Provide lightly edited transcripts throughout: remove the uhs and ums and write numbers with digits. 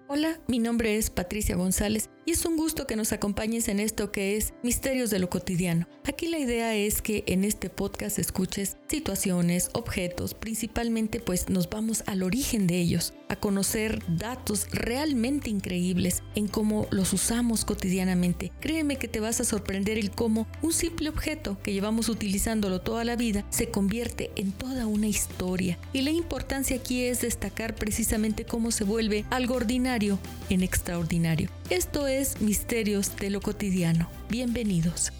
Hola, mi nombre es Patricia González y es un gusto que nos acompañes en esto que es Misterios de lo Cotidiano. Aquí la idea es que en este podcast escuches situaciones, objetos, principalmente pues nos vamos al origen de ellos, a conocer datos realmente increíbles en cómo los usamos cotidianamente. Créeme que te vas a sorprender el cómo un simple objeto que llevamos utilizándolo toda la vida se convierte en toda una historia. Y la importancia aquí es destacar precisamente cómo se vuelve algo ordinario en extraordinario. Esto es Misterios de lo Cotidiano. Bienvenidos.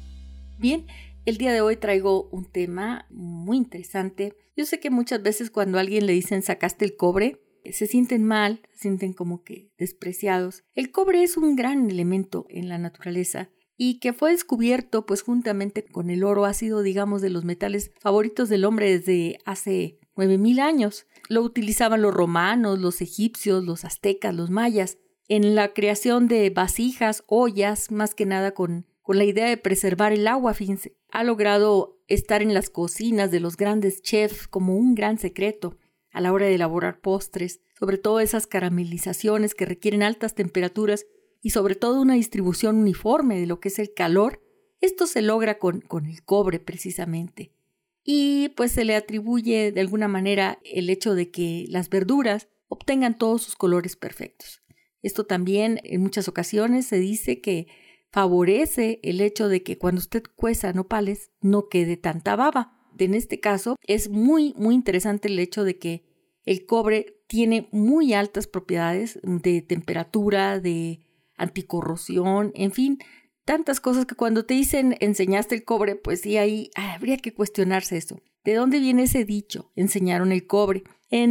Bien, el día de hoy traigo un tema muy interesante. Yo sé que muchas veces cuando a alguien le dicen sacaste el cobre, se sienten mal, se sienten como que despreciados. El cobre es un gran elemento en la naturaleza y que fue descubierto pues juntamente con el oro ha sido, digamos, de los metales favoritos del hombre desde hace 9,000 años. Lo utilizaban los romanos, los egipcios, los aztecas, los mayas, en la creación de vasijas, ollas, más que nada con la idea de preservar el agua, fíjense. Ha logrado estar en las cocinas de los grandes chefs como un gran secreto a la hora de elaborar postres, sobre todo esas caramelizaciones que requieren altas temperaturas y sobre todo una distribución uniforme de lo que es el calor. Esto se logra con el cobre precisamente. Y pues se le atribuye de alguna manera el hecho de que las verduras obtengan todos sus colores perfectos. Esto también en muchas ocasiones se dice que favorece el hecho de que cuando usted cueza nopales no quede tanta baba. En este caso es muy interesante el hecho de que el cobre tiene muy altas propiedades de temperatura, de anticorrosión, en fin, tantas cosas que cuando te dicen enseñaste el cobre, pues sí, ahí habría que cuestionarse eso. ¿De dónde viene ese dicho? Enseñaron el cobre.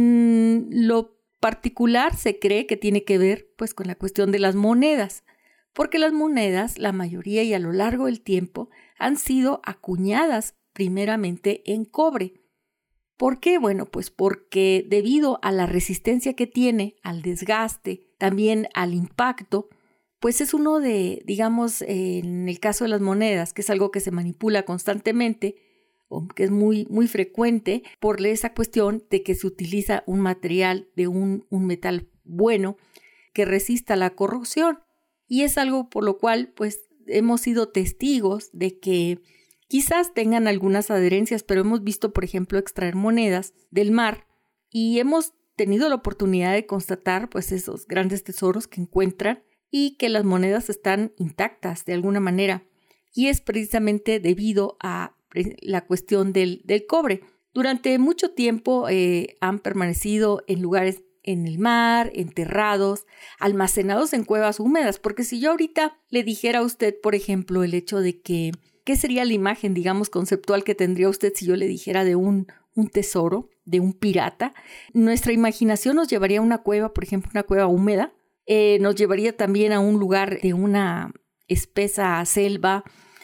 En lo particular se cree que tiene que ver pues con la cuestión de las monedas, porque las monedas, la mayoría y a lo largo del tiempo, han sido acuñadas primeramente en cobre. ¿Por qué? Bueno, pues porque debido a la resistencia que tiene, al desgaste, también al impacto, pues es uno de, digamos, en el caso de las monedas, que es algo que se manipula constantemente, o que es muy frecuente, por esa cuestión de que se utiliza un material de un metal bueno que resista la corrosión. Y es algo por lo cual, pues, hemos sido testigos de que quizás tengan algunas adherencias, pero hemos visto, por ejemplo, extraer monedas del mar y hemos tenido la oportunidad de constatar, pues, esos grandes tesoros que encuentran y que las monedas están intactas de alguna manera. Y es precisamente debido a la cuestión del cobre. Durante mucho tiempo han permanecido en lugares en el mar, enterrados, almacenados en cuevas húmedas, porque si yo ahorita le dijera a usted, por ejemplo, el hecho de que, ¿qué sería la imagen, digamos, conceptual que tendría usted si yo le dijera de un tesoro, de un pirata? Nuestra imaginación nos llevaría a una cueva, por ejemplo, una cueva húmeda, nos llevaría también a un lugar de una espesa selva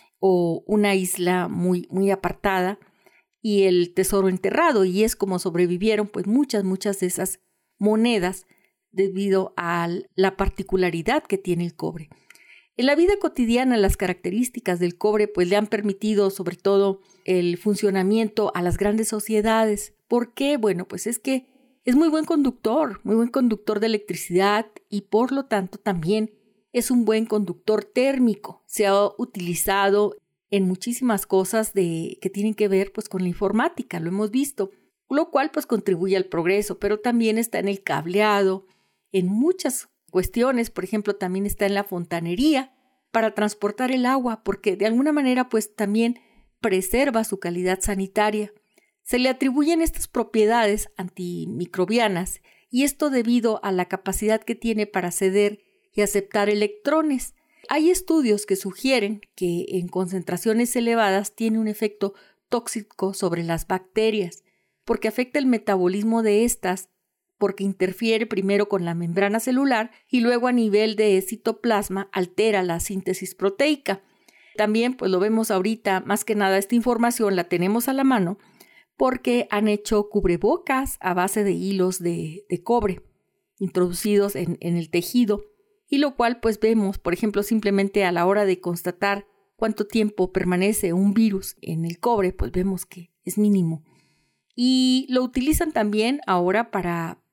o una isla muy apartada y el tesoro enterrado, y es como sobrevivieron pues muchas de esas monedas debido a la particularidad que tiene el cobre. En la vida cotidiana las características del cobre pues le han permitido sobre todo el funcionamiento a las grandes sociedades. ¿Por qué? Bueno, pues es que es muy buen conductor de electricidad y por lo tanto también es un buen conductor térmico. Se ha utilizado en muchísimas cosas que tienen que ver pues con la informática, lo hemos visto, lo cual pues contribuye al progreso, pero también está en el cableado, en muchas cuestiones, por ejemplo, también está en la fontanería para transportar el agua, porque de alguna manera pues también preserva su calidad sanitaria. Se le atribuyen estas propiedades antimicrobianas y esto debido a la capacidad que tiene para ceder y aceptar electrones. Hay estudios que sugieren que en concentraciones elevadas tiene un efecto tóxico sobre las bacterias, porque afecta el metabolismo de estas, porque interfiere primero con la membrana celular y luego a nivel de citoplasma altera la síntesis proteica. También pues lo vemos ahorita, más que nada esta información la tenemos a la mano, porque han hecho cubrebocas a base de hilos de cobre introducidos en el tejido, y lo cual pues vemos, por ejemplo, simplemente a la hora de constatar cuánto tiempo permanece un virus en el cobre, pues vemos que es mínimo. Y lo utilizan también ahora para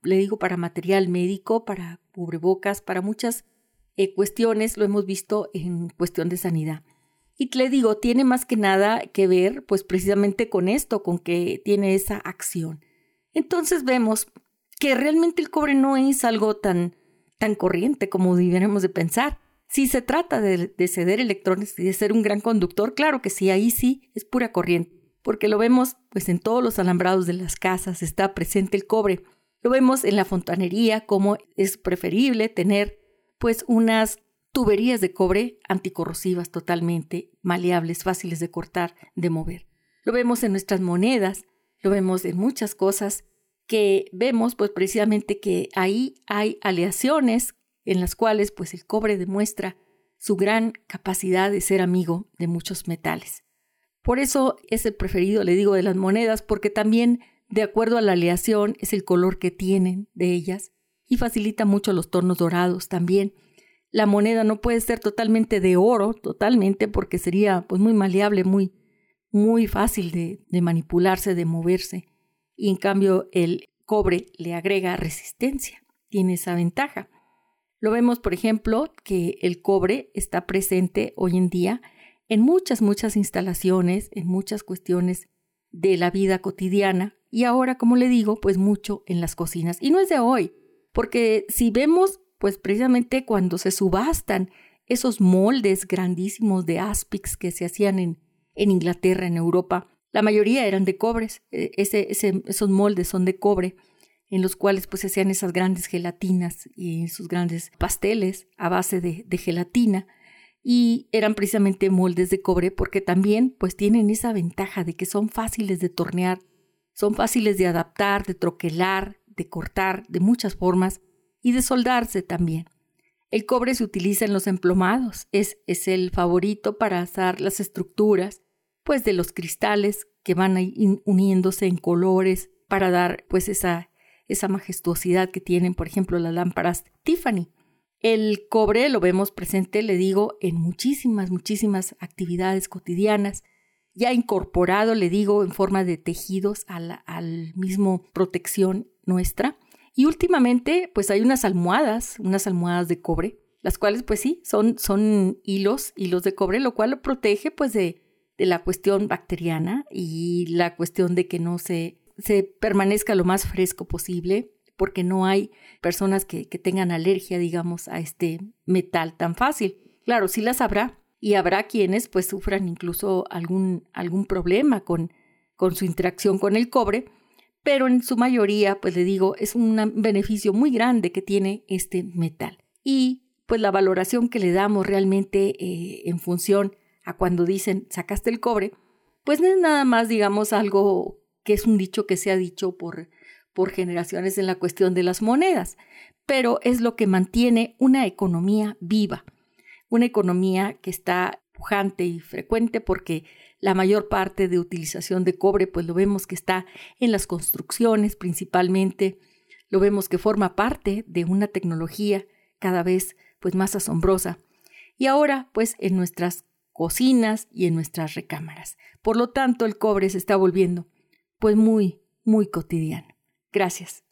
le digo, para material médico, para cubrebocas, para muchas cuestiones, lo hemos visto en cuestión de sanidad. Y le digo, tiene más que nada que ver pues precisamente con esto, con que tiene esa acción. Entonces vemos que realmente el cobre no es algo tan corriente como deberíamos de pensar. Si se trata de ceder electrones y de ser un gran conductor, claro que sí, ahí sí es pura corriente, porque lo vemos pues en todos los alambrados de las casas está presente el cobre. Lo vemos en la fontanería, como es preferible tener pues unas tuberías de cobre anticorrosivas totalmente maleables, fáciles de cortar, de mover. Lo vemos en nuestras monedas, lo vemos en muchas cosas que vemos pues precisamente que ahí hay aleaciones en las cuales pues el cobre demuestra su gran capacidad de ser amigo de muchos metales. Por eso es el preferido, le digo, de las monedas, porque también de acuerdo a la aleación es el color que tienen de ellas y facilita mucho los tonos dorados también. La moneda no puede ser totalmente de oro, totalmente, porque sería pues muy maleable, muy fácil de manipularse, de moverse. Y en cambio el cobre le agrega resistencia, tiene esa ventaja. Lo vemos, por ejemplo, que el cobre está presente hoy en día en muchas instalaciones, en muchas cuestiones de la vida cotidiana y ahora, como le digo, pues mucho en las cocinas. Y no es de hoy, porque si vemos, pues precisamente cuando se subastan esos moldes grandísimos de Aspix que se hacían en Inglaterra, en Europa, la mayoría eran de cobre, esos moldes son de cobre, en los cuales pues se hacían esas grandes gelatinas y esos grandes pasteles a base de gelatina, y eran precisamente moldes de cobre porque también pues tienen esa ventaja de que son fáciles de tornear, son fáciles de adaptar, de troquelar, de cortar de muchas formas y de soldarse también. El cobre se utiliza en los emplomados, es el favorito para hacer las estructuras pues de los cristales que van uniéndose en colores para dar pues esa majestuosidad que tienen, por ejemplo, las lámparas Tiffany. El cobre lo vemos presente, le digo, en muchísimas actividades cotidianas, ya incorporado, le digo, en forma de tejidos al mismo protección nuestra. Y últimamente, pues hay unas almohadas de cobre, las cuales pues sí, son hilos de cobre, lo cual lo protege pues de la cuestión bacteriana y la cuestión de que no se permanezca lo más fresco posible, porque no hay personas que tengan alergia, digamos, a este metal tan fácil. Claro, sí las habrá, y habrá quienes pues sufran incluso algún problema con su interacción con el cobre, pero en su mayoría, pues le digo, es un beneficio muy grande que tiene este metal. Y pues la valoración que le damos realmente en función a cuando dicen sacaste el cobre, pues no es nada más, digamos, algo que es un dicho que se ha dicho por generaciones en la cuestión de las monedas, pero es lo que mantiene una economía viva, una economía que está pujante y frecuente porque la mayor parte de utilización de cobre pues lo vemos que está en las construcciones principalmente, lo vemos que forma parte de una tecnología cada vez pues más asombrosa y ahora pues en nuestras cocinas y en nuestras recámaras. Por lo tanto el cobre se está volviendo pues muy cotidiano. Gracias.